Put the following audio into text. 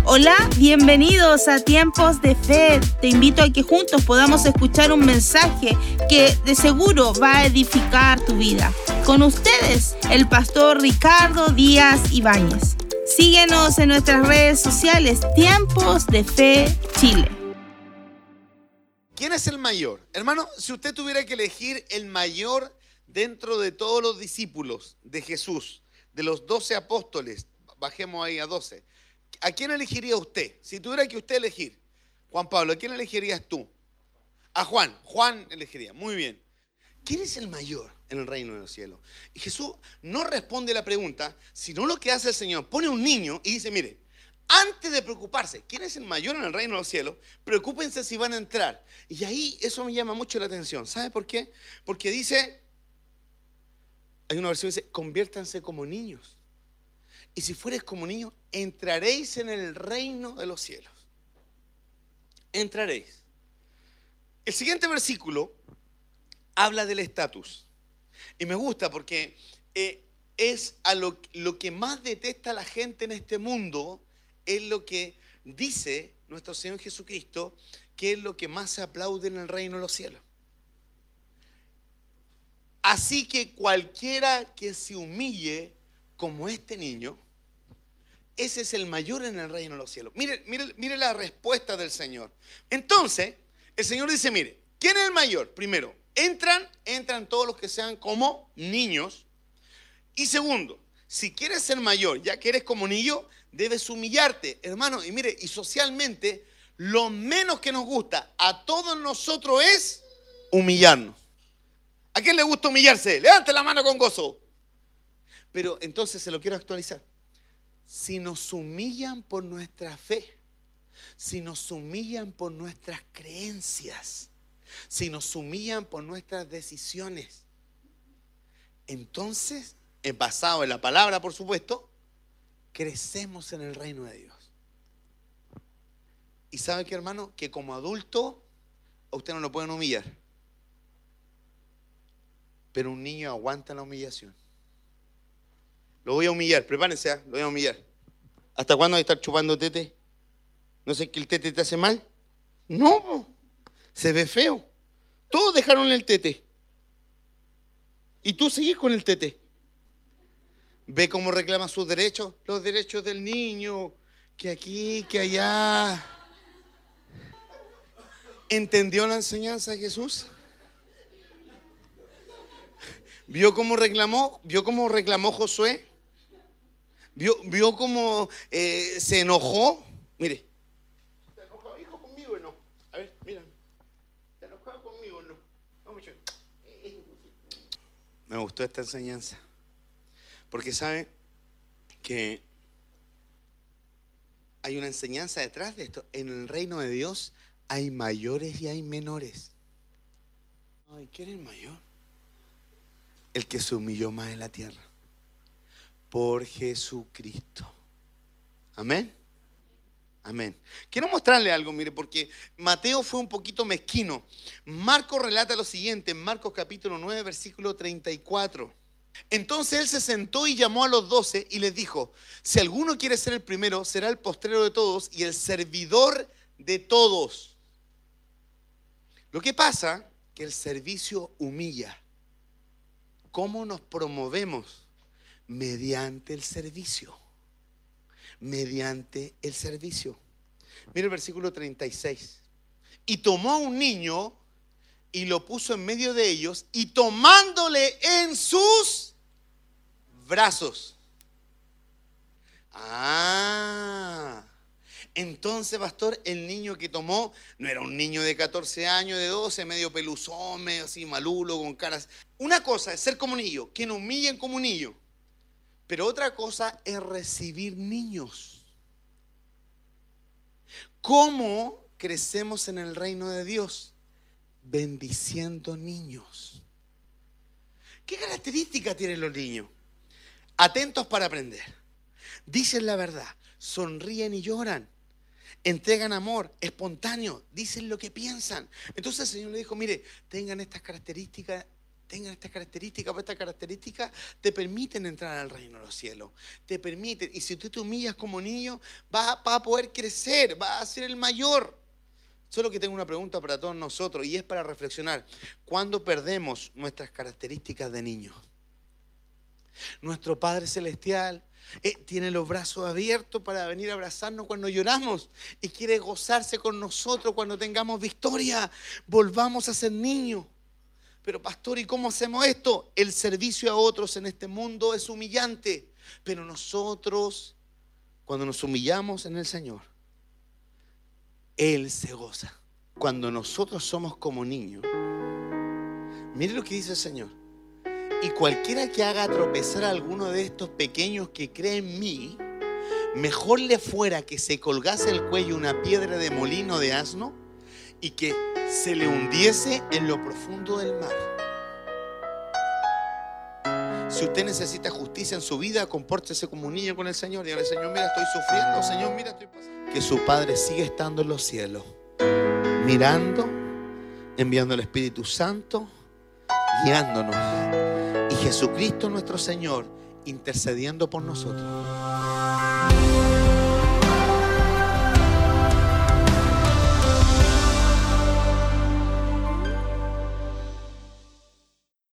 Hola, bienvenidos a Tiempos de Fe. Te invito a que juntos podamos escuchar un mensaje que de seguro va a edificar tu vida. Con ustedes, el pastor Ricardo Díaz Ibáñez. Síguenos en nuestras redes sociales, Tiempos de Fe Chile. ¿Quién es el mayor? Hermano, si usted tuviera que elegir el mayor dentro de todos los discípulos de Jesús, de los 12 apóstoles, bajemos ahí a 12, ¿a quién elegiría usted? Si tuviera que usted elegir, Juan Pablo, ¿a quién elegirías tú? A Juan. Juan elegiría, muy bien. ¿Quién es el mayor en el reino de los cielos? Y Jesús no responde la pregunta, sino lo que hace el Señor, pone un niño y dice, mire, antes de preocuparse, ¿quién es el mayor en el reino de los cielos? Preocúpense si van a entrar. Y ahí eso me llama mucho la atención. ¿Sabe por qué? Porque dice, hay una versión que dice, conviértanse como niños. Y si fueres como niños, entraréis en el reino de los cielos. Entraréis. El siguiente versículo habla del estatus. Y me gusta porque es a lo que más detesta la gente en este mundo, es lo que dice nuestro Señor Jesucristo, que es lo que más se aplaude en el reino de los cielos. Así que cualquiera que se humille como este niño, ese es el mayor en el reino de los cielos. Mire la respuesta del Señor. Entonces, el Señor dice, mire, ¿quién es el mayor? Primero, entran todos los que sean como niños. Y segundo, si quieres ser mayor, ya que eres como niño, debes humillarte, hermano. Y mire, y socialmente, lo menos que nos gusta a todos nosotros es humillarnos. ¿A quién le gusta humillarse? Levante la mano con gozo. Pero entonces se lo quiero actualizar. Si nos humillan por nuestra fe, si nos humillan por nuestras creencias, si nos humillan por nuestras decisiones, entonces, basado en la palabra, por supuesto, crecemos en el reino de Dios. Y sabe que, hermano, que como adulto a usted no lo pueden humillar, pero un niño aguanta la humillación. Lo voy a humillar, prepárense, lo voy a humillar. ¿Hasta cuándo hay que estar chupando tete? ¿No sé que el tete te hace mal? No, se ve feo. Todos dejaron el tete. Y tú sigues con el tete. Ve cómo reclama sus derechos, los derechos del niño, que aquí, que allá. ¿Entendió la enseñanza de Jesús? ¿Vio cómo reclamó? ¿Vio cómo reclamó Josué? ¿Vio cómo se enojó? Mire. ¿Te enojado, hijo, conmigo o no? A ver, mira. ¿Te enojado conmigo o no? Vamos, me gustó esta enseñanza. Porque sabe que hay una enseñanza detrás de esto. En el reino de Dios hay mayores y hay menores. Ay, ¿quién es el mayor? El que se humilló más en la tierra. Por Jesucristo. Amén. Amén. Quiero mostrarle algo, mire, porque Mateo fue un poquito mezquino. Marcos relata lo siguiente, en Marcos capítulo 9, versículo 34. Entonces él se sentó y llamó a los 12 y les dijo, si alguno quiere ser el primero, será el postrero de todos y el servidor de todos. Lo que pasa que el servicio humilla. ¿Cómo nos promovemos? Mediante el servicio. Mediante el servicio. Mira el versículo 36. Y tomó a un niño y lo puso en medio de ellos y tomándole en sus brazos. Entonces, pastor, el niño que tomó no era un niño de 14 años, de 12, medio peluzón, medio así malulo, con caras. Una cosa es ser como niño, que nos humillen como niño. Pero otra cosa es recibir niños. ¿Cómo crecemos en el reino de Dios? Bendiciendo niños. ¿Qué características tienen los niños? Atentos para aprender. Dicen la verdad, sonríen y lloran. Entregan amor, espontáneo, dicen lo que piensan. Entonces el Señor le dijo, mire, tengan estas características tengan estas características, porque estas características te permiten entrar al reino de los cielos. Te permiten. Y si tú te humillas como niño, vas a poder crecer, vas a ser el mayor. Solo que tengo una pregunta para todos nosotros y es para reflexionar. ¿Cuándo perdemos nuestras características de niño? Nuestro Padre Celestial tiene los brazos abiertos para venir a abrazarnos cuando lloramos y quiere gozarse con nosotros cuando tengamos victoria. Volvamos a ser niños. Pero pastor, ¿y cómo hacemos esto? El servicio a otros en este mundo es humillante, pero nosotros, cuando nos humillamos en el Señor, Él se goza. Cuando nosotros somos como niños, mire lo que dice el Señor. Y cualquiera que haga tropezar a alguno de estos pequeños que cree en mí, mejor le fuera que se colgase el cuello una piedra de molino de asno y que se le hundiese en lo profundo del mar. Si usted necesita justicia en su vida, compórtese como un niño con el Señor. Dígale: Señor, mira, estoy sufriendo. Señor, mira, estoy pasando. Que su Padre sigue estando en los cielos, mirando, enviando el Espíritu Santo, guiándonos. Y Jesucristo nuestro Señor intercediendo por nosotros.